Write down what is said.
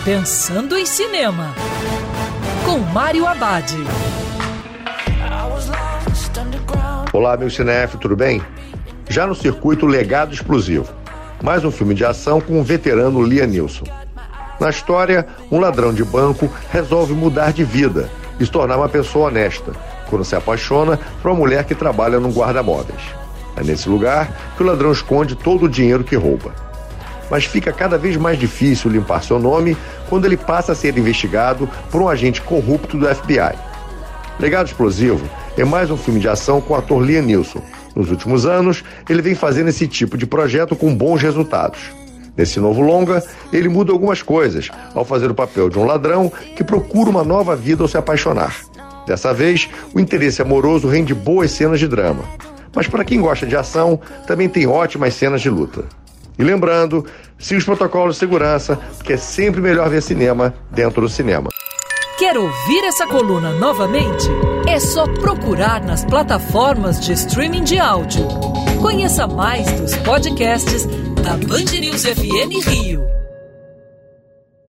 Pensando em Cinema, com Mário Abad. Olá, meu cinéfilo, tudo bem? Já no circuito Legado Explosivo, mais um filme de ação com o veterano Liam Neeson. Na história, um ladrão de banco resolve mudar de vida e se tornar uma pessoa honesta, quando se apaixona por uma mulher que trabalha num guarda-móveis. É nesse lugar que o ladrão esconde todo o dinheiro que rouba. Mas fica cada vez mais difícil limpar seu nome quando ele passa a ser investigado por um agente corrupto do FBI. Legado Explosivo é mais um filme de ação com o ator Liam Neeson. Nos últimos anos, ele vem fazendo esse tipo de projeto com bons resultados. Nesse novo longa, ele muda algumas coisas ao fazer o papel de um ladrão que procura uma nova vida ao se apaixonar. Dessa vez, o interesse amoroso rende boas cenas de drama. Mas para quem gosta de ação, também tem ótimas cenas de luta. E lembrando, siga os protocolos de segurança, porque é sempre melhor ver cinema dentro do cinema. Quer ouvir essa coluna novamente? É só procurar nas plataformas de streaming de áudio. Conheça mais dos podcasts da Band News FM Rio.